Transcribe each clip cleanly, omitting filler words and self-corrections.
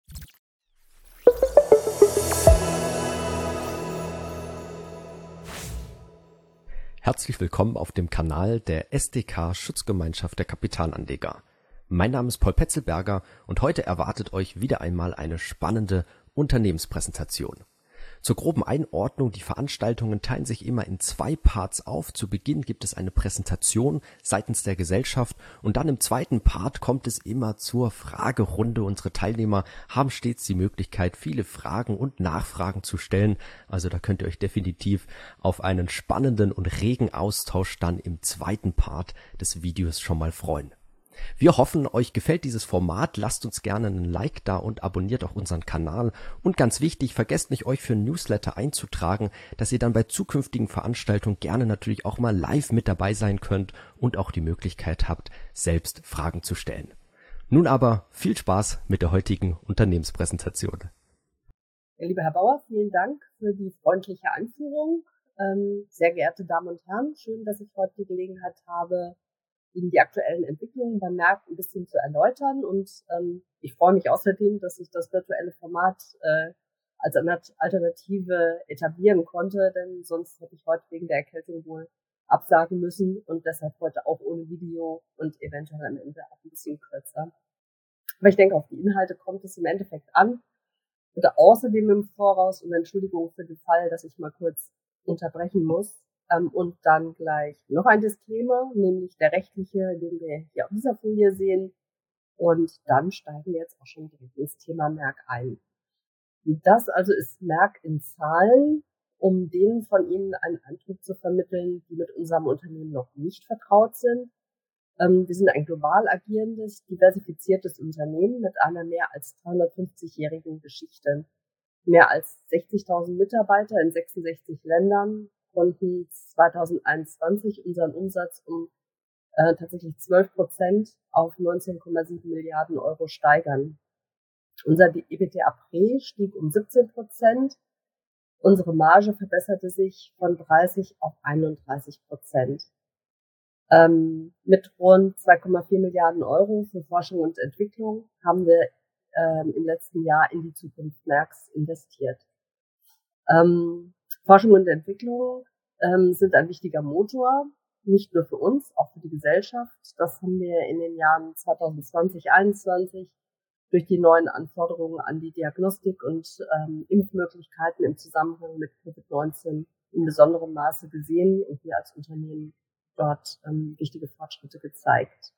Herzlich willkommen auf dem Kanal der SDK Schutzgemeinschaft der Kapitalanleger. Mein Name ist Paul Petzelberger und heute erwartet euch wieder einmal eine spannende Unternehmenspräsentation. Zur groben Einordnung: Die Veranstaltungen teilen sich immer in 2 Parts auf. Zu Beginn gibt es eine Präsentation seitens der Gesellschaft und dann im zweiten Part kommt es immer zur Fragerunde. Unsere Teilnehmer haben stets die Möglichkeit, viele Fragen und Nachfragen zu stellen. Also da könnt ihr euch definitiv auf einen spannenden und regen Austausch dann im zweiten Part des Videos schon mal freuen. Wir hoffen, euch gefällt dieses Format. Lasst uns gerne einen Like da und abonniert auch unseren Kanal. Und ganz wichtig, vergesst nicht, euch für ein Newsletter einzutragen, dass ihr dann bei zukünftigen Veranstaltungen gerne natürlich auch mal live mit dabei sein könnt und auch die Möglichkeit habt, selbst Fragen zu stellen. Nun aber viel Spaß mit der heutigen Unternehmenspräsentation. Ja, lieber Herr Bauer, vielen Dank für die freundliche Anführung. Sehr geehrte Damen und Herren, schön, dass ich heute die Gelegenheit habe, Ihnen die aktuellen Entwicklungen beim Markt ein bisschen zu erläutern. Und ich freue mich außerdem, dass ich das virtuelle Format als Alternative etablieren konnte, denn sonst hätte ich heute wegen der Erkältung wohl absagen müssen und deshalb heute auch ohne Video und eventuell am Ende auch ein bisschen kürzer. Aber ich denke, auf die Inhalte kommt es im Endeffekt an. Und außerdem im Voraus um Entschuldigung für den Fall, dass ich mal kurz unterbrechen muss. Und dann gleich noch ein Disclaimer, nämlich der rechtliche, den wir hier auf dieser Folie sehen. Und dann steigen wir jetzt auch schon direkt ins Thema Merck ein. Das also ist Merck in Zahlen, um denen von Ihnen einen Eindruck zu vermitteln, die mit unserem Unternehmen noch nicht vertraut sind. Wir sind ein global agierendes, diversifiziertes Unternehmen mit einer mehr als 350-jährigen Geschichte. Mehr als 60.000 Mitarbeiter in 66 Ländern konnten 2021 unseren Umsatz um tatsächlich 12% auf 19,7 Milliarden Euro steigern. Unser EBITDA Prä stieg um 17%. Unsere Marge verbesserte sich von 30 auf 31%. Mit rund 2,4 Milliarden Euro für Forschung und Entwicklung haben wir im letzten Jahr in die Zukunft Mercks investiert. Forschung und Entwicklung sind ein wichtiger Motor, nicht nur für uns, auch für die Gesellschaft. Das haben wir in den Jahren 2020, 2021 durch die neuen Anforderungen an die Diagnostik und Impfmöglichkeiten im Zusammenhang mit Covid-19 in besonderem Maße gesehen und wir als Unternehmen dort wichtige Fortschritte gezeigt.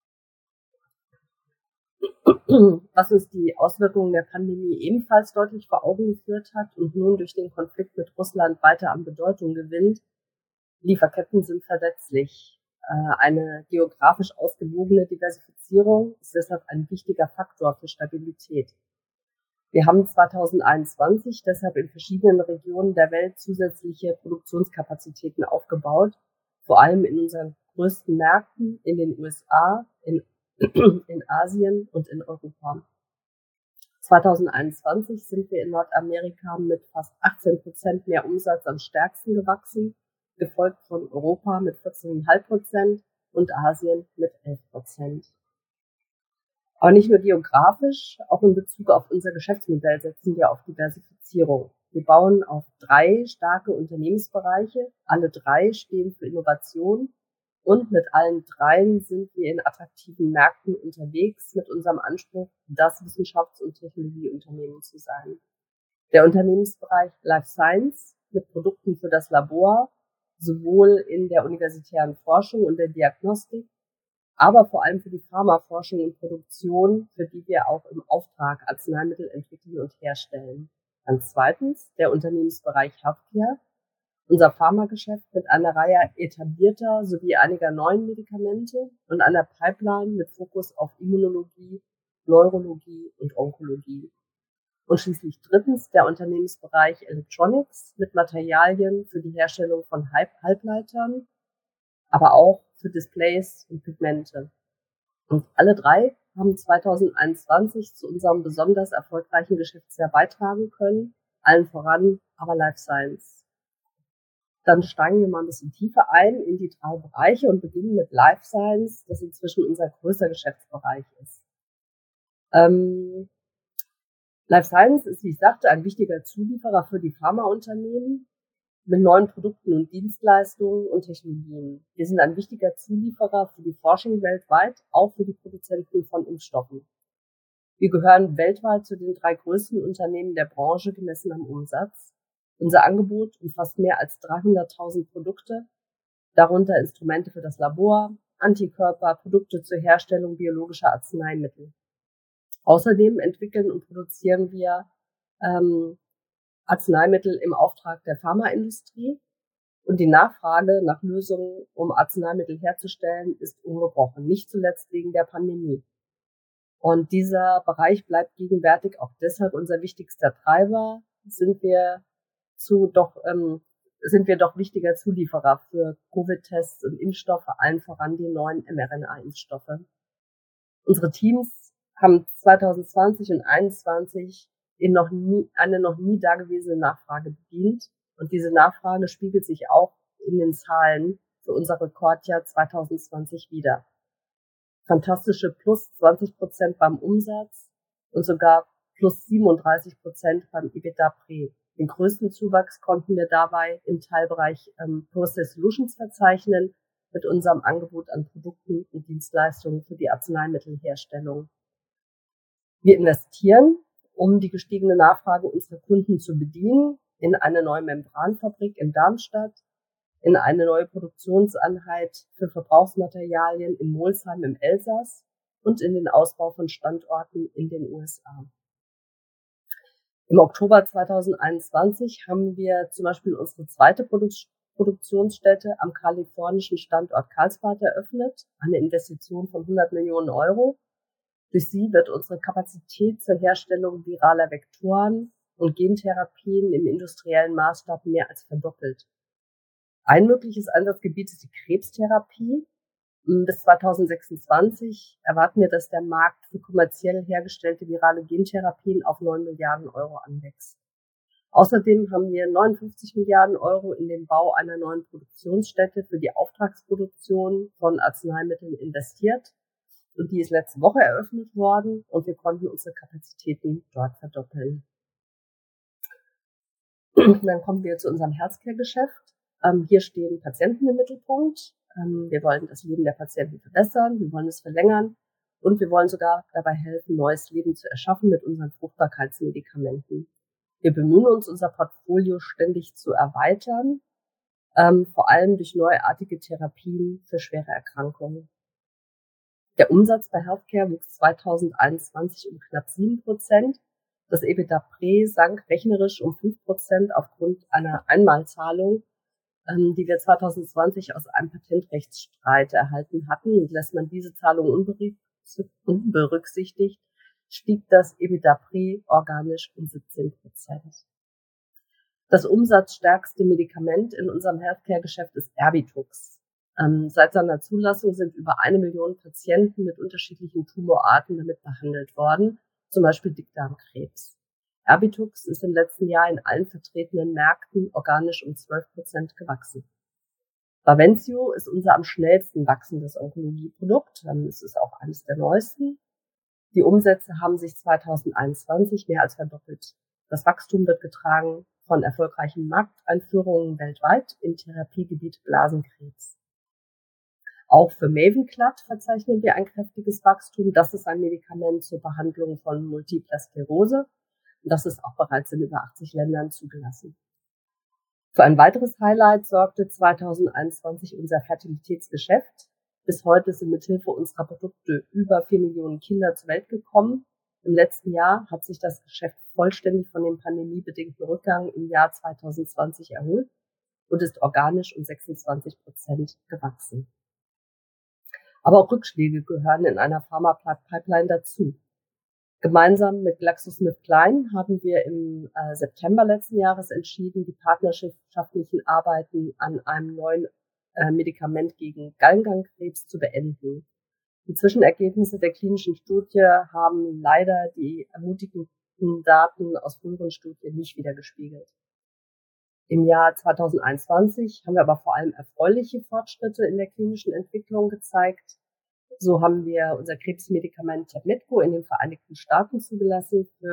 Was uns die Auswirkungen der Pandemie ebenfalls deutlich vor Augen geführt hat und nun durch den Konflikt mit Russland weiter an Bedeutung gewinnt: Lieferketten sind verletzlich. Eine geografisch ausgewogene Diversifizierung ist deshalb ein wichtiger Faktor für Stabilität. Wir haben 2021 deshalb in verschiedenen Regionen der Welt zusätzliche Produktionskapazitäten aufgebaut, vor allem in unseren größten Märkten in den USA, in Asien und in Europa. 2021 sind wir in Nordamerika mit fast 18% mehr Umsatz am stärksten gewachsen, gefolgt von Europa mit 14,5% und Asien mit 11%. Aber nicht nur geografisch, auch in Bezug auf unser Geschäftsmodell setzen wir auf Diversifizierung. Wir bauen auf 3 starke Unternehmensbereiche. Alle 3 stehen für Innovation. Und mit allen 3 sind wir in attraktiven Märkten unterwegs mit unserem Anspruch, das Wissenschafts- und Technologieunternehmen zu sein. Der Unternehmensbereich Life Science mit Produkten für das Labor, sowohl in der universitären Forschung und der Diagnostik, aber vor allem für die Pharmaforschung und Produktion, für die wir auch im Auftrag Arzneimittel entwickeln und herstellen. Dann zweitens der Unternehmensbereich Healthcare, unser Pharmageschäft mit einer Reihe etablierter sowie einiger neuen Medikamente und einer Pipeline mit Fokus auf Immunologie, Neurologie und Onkologie. Und schließlich drittens der Unternehmensbereich Electronics mit Materialien für die Herstellung von Halbleitern, aber auch für Displays und Pigmente. Und alle 3 haben 2021 zu unserem besonders erfolgreichen Geschäftsjahr beitragen können, allen voran aber Life Science. Dann steigen wir mal ein bisschen tiefer ein in die 3 Bereiche und beginnen mit Life Science, das inzwischen unser größter Geschäftsbereich ist. Life Science ist, wie ich sagte, ein wichtiger Zulieferer für die Pharmaunternehmen mit neuen Produkten und Dienstleistungen und Technologien. Wir sind ein wichtiger Zulieferer für die Forschung weltweit, auch für die Produzenten von Impfstoffen. Wir gehören weltweit zu den 3 größten Unternehmen der Branche gemessen am Umsatz. Unser Angebot umfasst mehr als 300.000 Produkte, darunter Instrumente für das Labor, Antikörper, Produkte zur Herstellung biologischer Arzneimittel. Außerdem entwickeln und produzieren wir Arzneimittel im Auftrag der Pharmaindustrie und die Nachfrage nach Lösungen, um Arzneimittel herzustellen, ist ungebrochen, nicht zuletzt wegen der Pandemie. Und dieser Bereich bleibt gegenwärtig auch deshalb unser wichtigster Treiber, sind wir doch wichtiger Zulieferer für Covid-Tests und Impfstoffe, allen voran die neuen mRNA-Impfstoffe. Unsere Teams haben 2020 und 2021 eine noch nie dagewesene Nachfrage bedient. Und diese Nachfrage spiegelt sich auch in den Zahlen für unser Rekordjahr 2020 wider. Fantastische plus 20% beim Umsatz und sogar plus 37% beim EBITDA Pre. Den größten Zuwachs konnten wir dabei im Teilbereich Process Solutions verzeichnen mit unserem Angebot an Produkten und Dienstleistungen für die Arzneimittelherstellung. Wir investieren, um die gestiegene Nachfrage unserer Kunden zu bedienen, in eine neue Membranfabrik in Darmstadt, in eine neue Produktionseinheit für Verbrauchsmaterialien in Molsheim im Elsass und in den Ausbau von Standorten in den USA. Im Oktober 2021 haben wir zum Beispiel unsere zweite Produktionsstätte am kalifornischen Standort Karlsbad eröffnet, eine Investition von 100 Millionen Euro. Durch sie wird unsere Kapazität zur Herstellung viraler Vektoren und Gentherapien im industriellen Maßstab mehr als verdoppelt. Ein mögliches Einsatzgebiet ist die Krebstherapie. Bis 2026 erwarten wir, dass der Markt für kommerziell hergestellte virale Gentherapien auf 9 Milliarden Euro anwächst. Außerdem haben wir 59 Milliarden Euro in den Bau einer neuen Produktionsstätte für die Auftragsproduktion von Arzneimitteln investiert. Und die ist letzte Woche eröffnet worden und wir konnten unsere Kapazitäten dort verdoppeln. Dann kommen wir zu unserem Healthcare-Geschäft. Hier stehen Patienten im Mittelpunkt. Wir wollen das Leben der Patienten verbessern, wir wollen es verlängern und wir wollen sogar dabei helfen, neues Leben zu erschaffen mit unseren Fruchtbarkeitsmedikamenten. Wir bemühen uns, unser Portfolio ständig zu erweitern, vor allem durch neuartige Therapien für schwere Erkrankungen. Der Umsatz bei Healthcare wuchs 2021 um knapp 7%. Das EBITDA Pre sank rechnerisch um 5% aufgrund einer Einmalzahlung, die wir 2020 aus einem Patentrechtsstreit erhalten hatten. Und lässt man diese Zahlung unberücksichtigt, stieg das EBITDA Pre organisch um 17%. Das umsatzstärkste Medikament in unserem Healthcare-Geschäft ist Erbitux. Seit seiner Zulassung sind über 1 Million Patienten mit unterschiedlichen Tumorarten damit behandelt worden, zum Beispiel Dickdarmkrebs. Erbitux ist im letzten Jahr in allen vertretenen Märkten organisch um 12% gewachsen. Bavencio ist unser am schnellsten wachsendes Onkologieprodukt. Es ist auch eines der neuesten. Die Umsätze haben sich 2021 mehr als verdoppelt. Das Wachstum wird getragen von erfolgreichen Markteinführungen weltweit im Therapiegebiet Blasenkrebs. Auch für Mavenclad verzeichnen wir ein kräftiges Wachstum. Das ist ein Medikament zur Behandlung von Multipler Sklerose. Und das ist auch bereits in über 80 Ländern zugelassen. Für ein weiteres Highlight sorgte 2021 unser Fertilitätsgeschäft. Bis heute sind mithilfe unserer Produkte über 4 Millionen Kinder zur Welt gekommen. Im letzten Jahr hat sich das Geschäft vollständig von dem pandemiebedingten Rückgang im Jahr 2020 erholt und ist organisch um 26% gewachsen. Aber auch Rückschläge gehören in einer Pharma-Pipeline dazu. Gemeinsam mit GlaxoSmithKline haben wir im September letzten Jahres entschieden, die partnerschaftlichen Arbeiten an einem neuen Medikament gegen Gallenkrebs zu beenden. Die Zwischenergebnisse der klinischen Studie haben leider die ermutigenden Daten aus früheren Studien nicht widergespiegelt. Im Jahr 2021 haben wir aber vor allem erfreuliche Fortschritte in der klinischen Entwicklung gezeigt. So haben wir unser Krebsmedikament Tabletko in den Vereinigten Staaten zugelassen für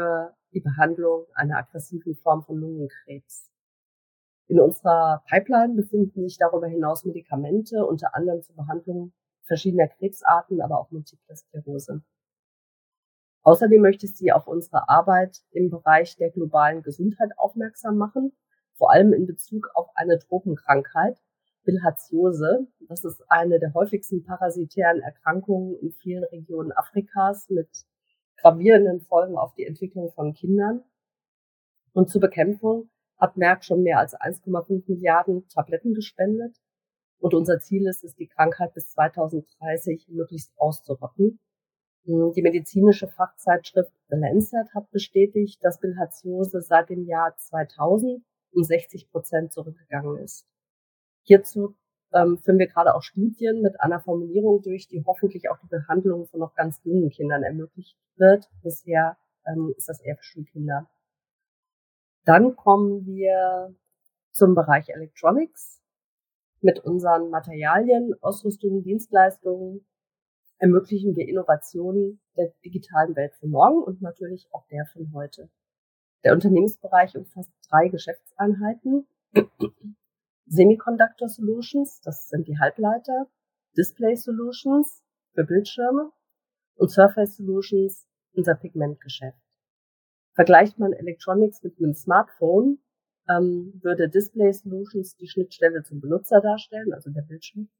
die Behandlung einer aggressiven Form von Lungenkrebs. In unserer Pipeline befinden sich darüber hinaus Medikamente, unter anderem zur Behandlung verschiedener Krebsarten, aber auch Multiple Sklerose. Außerdem möchte ich Sie auf unsere Arbeit im Bereich der globalen Gesundheit aufmerksam machen, vor allem in Bezug auf eine Tropenkrankheit, Bilharziose. Das ist eine der häufigsten parasitären Erkrankungen in vielen Regionen Afrikas mit gravierenden Folgen auf die Entwicklung von Kindern. Und zur Bekämpfung hat Merck schon mehr als 1,5 Milliarden Tabletten gespendet. Und unser Ziel ist es, die Krankheit bis 2030 möglichst auszurotten. Die medizinische Fachzeitschrift The Lancet hat bestätigt, dass Bilharziose seit dem Jahr 2000 um 60% zurückgegangen ist. Hierzu führen wir gerade auch Studien mit einer Formulierung durch, die hoffentlich auch die Behandlung von noch ganz jungen Kindern ermöglicht wird. Bisher ist das eher für Schulkinder. Dann kommen wir zum Bereich Electronics. Mit unseren Materialien, Ausrüstungen, Dienstleistungen ermöglichen wir Innovationen der digitalen Welt von morgen und natürlich auch der von heute. Der Unternehmensbereich umfasst 3 Geschäftseinheiten. Semiconductor Solutions, das sind die Halbleiter, Display Solutions für Bildschirme und Surface Solutions, unser Pigmentgeschäft. Vergleicht man Electronics mit einem Smartphone, würde Display Solutions die Schnittstelle zum Benutzer darstellen, also der Bildschirm.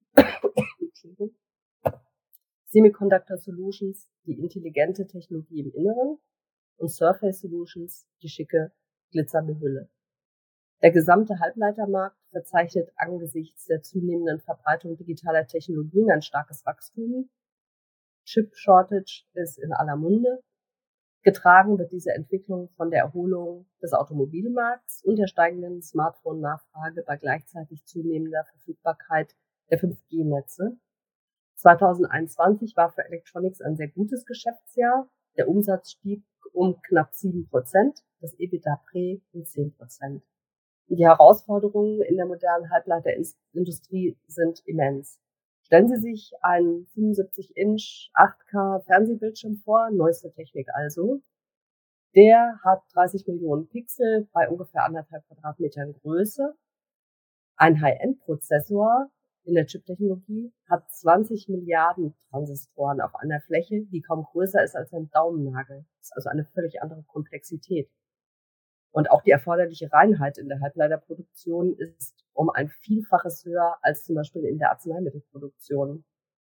Semiconductor Solutions die intelligente Technologie im Inneren und Surface Solutions die schicke, glitzernde Hülle. Der gesamte Halbleitermarkt verzeichnet angesichts der zunehmenden Verbreitung digitaler Technologien ein starkes Wachstum. Chip Shortage ist in aller Munde. Getragen wird diese Entwicklung von der Erholung des Automobilmarkts und der steigenden Smartphone-Nachfrage bei gleichzeitig zunehmender Verfügbarkeit der 5G-Netze. 2021 war für Electronics ein sehr gutes Geschäftsjahr. Der Umsatz stieg um knapp 7%, das EBITDA Prä um 10%. Die Herausforderungen in der modernen Halbleiterindustrie sind immens. Stellen Sie sich einen 75-Inch 8K Fernsehbildschirm vor, neueste Technik also. Der hat 30 Millionen Pixel bei ungefähr 1,5 Quadratmetern Größe. Ein High-End-Prozessor in der Chip-Technologie hat 20 Milliarden Transistoren auf einer Fläche, die kaum größer ist als ein Daumennagel. Das ist also eine völlig andere Komplexität. Und auch die erforderliche Reinheit in der Halbleiterproduktion ist um ein Vielfaches höher als zum Beispiel in der Arzneimittelproduktion.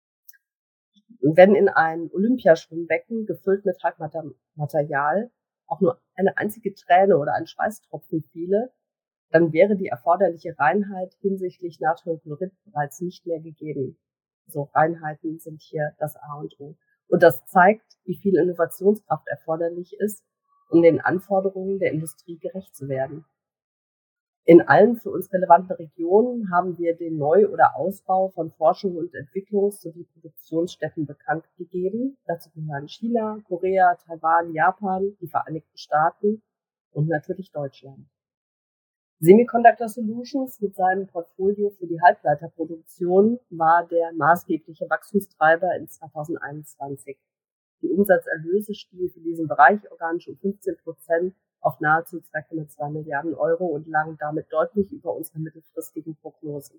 Wenn in ein Olympiaschwimmbecken gefüllt mit Halbmaterial auch nur eine einzige Träne oder ein Schweißtropfen fiele, dann wäre die erforderliche Reinheit hinsichtlich Natriumchlorid bereits nicht mehr gegeben. So Reinheiten sind hier das A und O. Und das zeigt, wie viel Innovationskraft erforderlich ist, um den Anforderungen der Industrie gerecht zu werden. In allen für uns relevanten Regionen haben wir den Neu- oder Ausbau von Forschung und Entwicklungs- sowie Produktionsstätten bekannt gegeben. Dazu gehören China, Korea, Taiwan, Japan, die Vereinigten Staaten und natürlich Deutschland. Semiconductor Solutions mit seinem Portfolio für die Halbleiterproduktion war der maßgebliche Wachstumstreiber in 2021. Die Umsatzerlöse stiegen für diesen Bereich organisch um 15% auf nahezu 2,2 Milliarden Euro und lagen damit deutlich über unseren mittelfristigen Prognosen.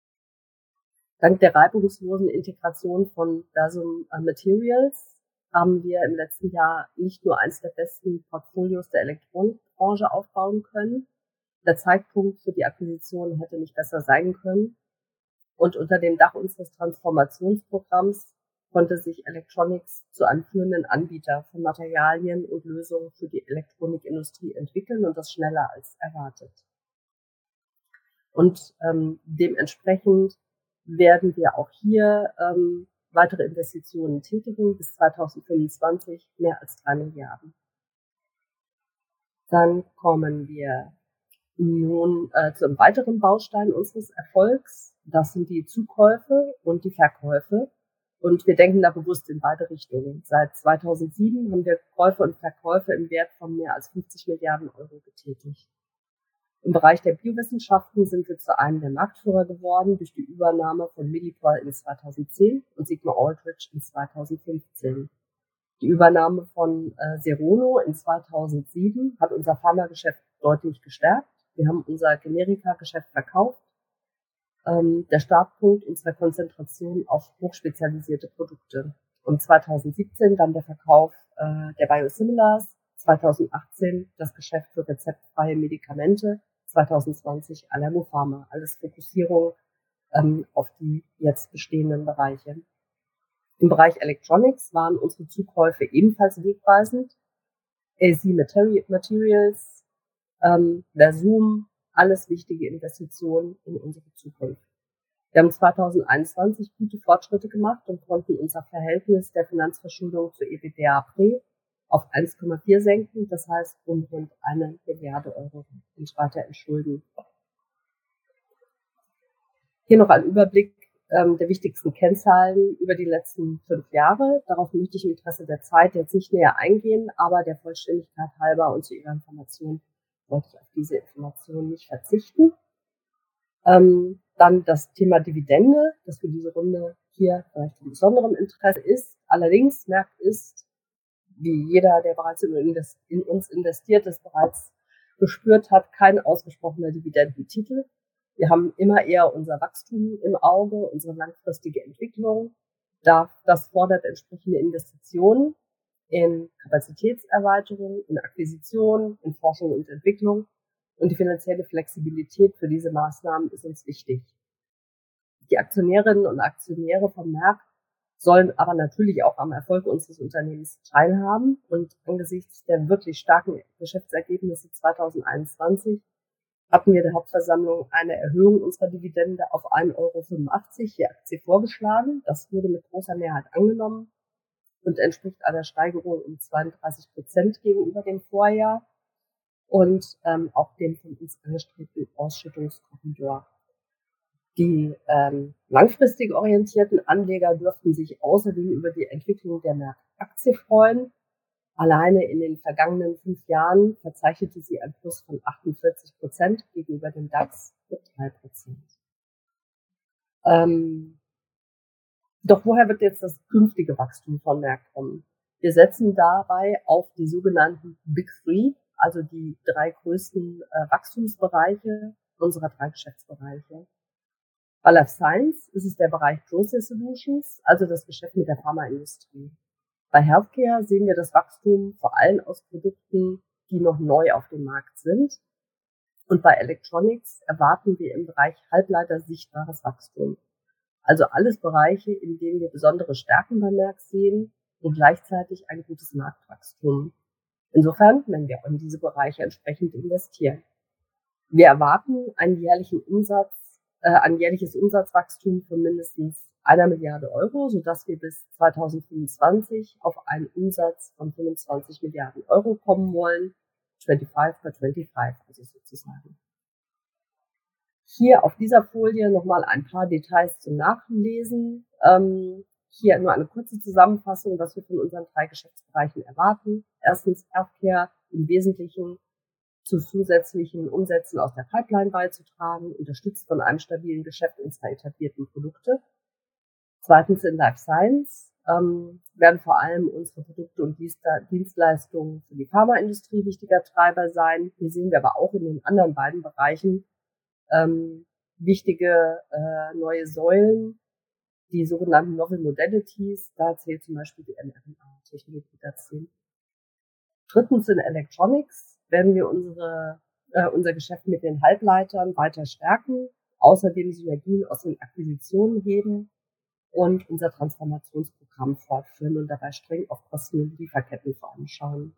Dank der reibungslosen Integration von Versum Materials haben wir im letzten Jahr nicht nur eines der besten Portfolios der Elektronikbranche aufbauen können. Der Zeitpunkt für die Akquisition hätte nicht besser sein können. Und unter dem Dach unseres Transformationsprogramms konnte sich Electronics zu einem führenden Anbieter von Materialien und Lösungen für die Elektronikindustrie entwickeln und das schneller als erwartet. Und dementsprechend werden wir auch hier weitere Investitionen tätigen, bis 2025 mehr als 3 Milliarden. Dann kommen wir nun zum weiteren Baustein unseres Erfolgs. Das sind die Zukäufe und die Verkäufe. Und wir denken da bewusst in beide Richtungen. Seit 2007 haben wir Käufe und Verkäufe im Wert von mehr als 50 Milliarden Euro getätigt. Im Bereich der Biowissenschaften sind wir zu einem der Marktführer geworden durch die Übernahme von Millipore in 2010 und Sigma-Aldrich in 2015. Die Übernahme von Serono in 2007 hat unser Pharmageschäft deutlich gestärkt. Wir haben unser Generika-Geschäft verkauft. Der Startpunkt unserer Konzentration auf hochspezialisierte Produkte. Und 2017 dann der Verkauf der Biosimilars, 2018 das Geschäft für rezeptfreie Medikamente, 2020 Allergopharma. Alles Fokussierung auf die jetzt bestehenden Bereiche. Im Bereich Electronics waren unsere Zukäufe ebenfalls wegweisend. AC Materials, Versum, alles wichtige Investitionen in unsere Zukunft. Wir haben 2021 gute Fortschritte gemacht und konnten unser Verhältnis der Finanzverschuldung zu EBITDA Pre auf 1,4 senken, das heißt um rund 1 Milliarde Euro uns weiter entschulden. Hier noch ein Überblick der wichtigsten Kennzahlen über die letzten 5 Jahre. Darauf möchte ich im Interesse der Zeit jetzt nicht näher eingehen, aber der Vollständigkeit halber und zu Ihrer Information wollte ich auf diese Informationen nicht verzichten. Dann das Thema Dividende, das für diese Runde hier vielleicht von besonderem Interesse ist. Allerdings merkt ist, wie jeder, der bereits in uns investiert ist, bereits gespürt hat, kein ausgesprochener Dividendentitel. Wir haben immer eher unser Wachstum im Auge, unsere langfristige Entwicklung. Das fordert entsprechende Investitionen in Kapazitätserweiterung, in Akquisition, in Forschung und Entwicklung. Und die finanzielle Flexibilität für diese Maßnahmen ist uns wichtig. Die Aktionärinnen und Aktionäre vom Merck sollen aber natürlich auch am Erfolg unseres Unternehmens teilhaben. Und angesichts der wirklich starken Geschäftsergebnisse 2021 hatten wir der Hauptversammlung eine Erhöhung unserer Dividende auf 1,85 Euro je Aktie vorgeschlagen. Das wurde mit großer Mehrheit angenommen und entspricht einer Steigerung um 32% gegenüber dem Vorjahr und auch dem von uns angestrebten Ausschüttungskorridor. Die langfristig orientierten Anleger dürften sich außerdem über die Entwicklung der Merck-Aktie freuen. Alleine in den vergangenen 5 Jahren verzeichnete sie ein Plus von 48% gegenüber dem DAX mit 3%. Doch woher wird jetzt das künftige Wachstum von Merck kommen? Wir setzen dabei auf die sogenannten Big Three, also die 3 größten Wachstumsbereiche unserer 3 Geschäftsbereiche. Bei Life Science ist es der Bereich Process Solutions, also das Geschäft mit der Pharmaindustrie. Bei Healthcare sehen wir das Wachstum vor allem aus Produkten, die noch neu auf dem Markt sind. Und bei Electronics erwarten wir im Bereich Halbleiter sichtbares Wachstum. Also alles Bereiche, in denen wir besondere Stärken bei Merck sehen und gleichzeitig ein gutes Marktwachstum. Insofern werden wir auch in diese Bereiche entsprechend investieren. Wir erwarten ein jährliches Umsatzwachstum von mindestens 1 Milliarde Euro, sodass wir bis 2025 auf einen Umsatz von 25 Milliarden Euro kommen wollen. 25 by 25, also sozusagen. Hier auf dieser Folie nochmal ein paar Details zum Nachlesen. Hier nur eine kurze Zusammenfassung, was wir von unseren 3 Geschäftsbereichen erwarten. Erstens Healthcare im Wesentlichen zu zusätzlichen Umsätzen aus der Pipeline beizutragen, unterstützt von einem stabilen Geschäft unserer etablierten Produkte. Zweitens in Life Science werden vor allem unsere Produkte und Dienstleistungen für die Pharmaindustrie wichtiger Treiber sein. Hier sehen wir aber auch in den anderen beiden Bereichen wichtige neue Säulen, die sogenannten Novel Modalities. Da zählt zum Beispiel die mRNA-Technologie dazu. Drittens in Electronics werden wir unser Geschäft mit den Halbleitern weiter stärken, außerdem Synergien aus den Akquisitionen heben und unser Transformationsprogramm fortführen und dabei streng auf Kosten und Lieferketten vor allem schauen.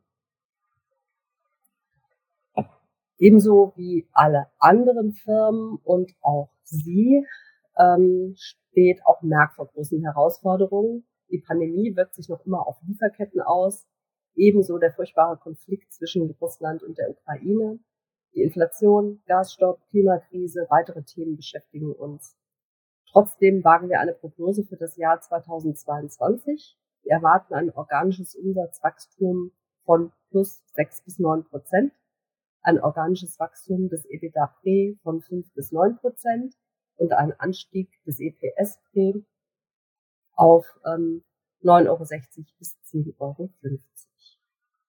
Ebenso wie alle anderen Firmen und auch Sie steht auch Merck vor großen Herausforderungen. Die Pandemie wirkt sich noch immer auf Lieferketten aus. Ebenso der furchtbare Konflikt zwischen Russland und der Ukraine. Die Inflation, Gasstopp, Klimakrise, weitere Themen beschäftigen uns. Trotzdem wagen wir eine Prognose für das Jahr 2022. Wir erwarten ein organisches Umsatzwachstum von plus 6 bis 9%, ein organisches Wachstum des EBITDA Pre von 5 bis 9% und einen Anstieg des EPS Pre auf 9,60 € bis 10,50 €.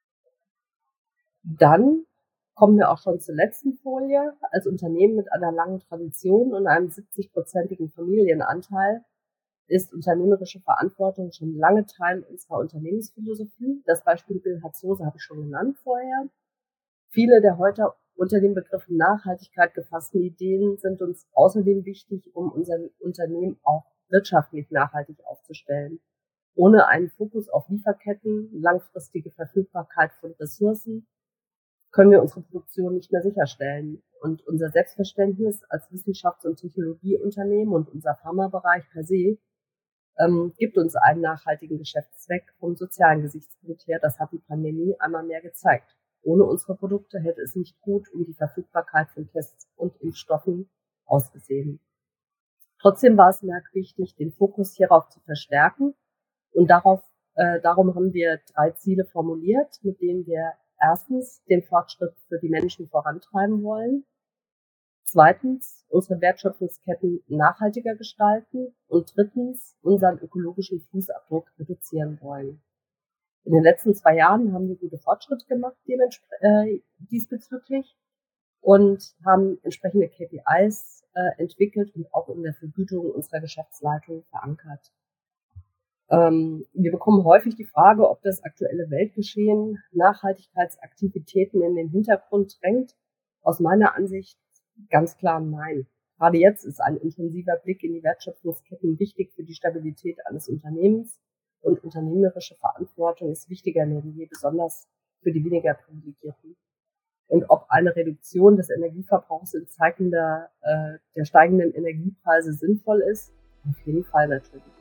Dann kommen wir auch schon zur letzten Folie. Als Unternehmen mit einer langen Tradition und einem 70-prozentigen Familienanteil ist unternehmerische Verantwortung schon lange Teil unserer Unternehmensphilosophie. Das Beispiel Bill Hatzose habe ich schon genannt vorher. Viele der heute unter dem Begriff Nachhaltigkeit gefassten Ideen sind uns außerdem wichtig, um unser Unternehmen auch wirtschaftlich nachhaltig aufzustellen. Ohne einen Fokus auf Lieferketten, langfristige Verfügbarkeit von Ressourcen können wir unsere Produktion nicht mehr sicherstellen. Und unser Selbstverständnis als Wissenschafts- und Technologieunternehmen und unser Pharmabereich per se gibt uns einen nachhaltigen Geschäftszweck vom sozialen Gesichtspunkt her. Das hat die Pandemie einmal mehr gezeigt. Ohne unsere Produkte hätte es nicht gut um die Verfügbarkeit von Tests und Impfstoffen ausgesehen. Trotzdem war es merkwichtig, den Fokus hierauf zu verstärken. Und darum haben wir 3 Ziele formuliert, mit denen wir erstens den Fortschritt für die Menschen vorantreiben wollen. Zweitens, unsere Wertschöpfungsketten nachhaltiger gestalten und drittens, unseren ökologischen Fußabdruck reduzieren wollen. In den letzten 2 Jahren haben wir gute Fortschritte gemacht diesbezüglich und haben entsprechende KPIs entwickelt und auch in der Vergütung unserer Geschäftsleitung verankert. Wir bekommen häufig die Frage, ob das aktuelle Weltgeschehen Nachhaltigkeitsaktivitäten in den Hintergrund drängt. Aus meiner Ansicht ganz klar nein. Gerade jetzt ist ein intensiver Blick in die Wertschöpfungsketten wichtig für die Stabilität eines Unternehmens und unternehmerische Verantwortung ist wichtiger denn je, besonders für die weniger Privilegierten. Und ob eine Reduktion des Energieverbrauchs in Zeiten der steigenden Energiepreise sinnvoll ist, auf jeden Fall natürlich.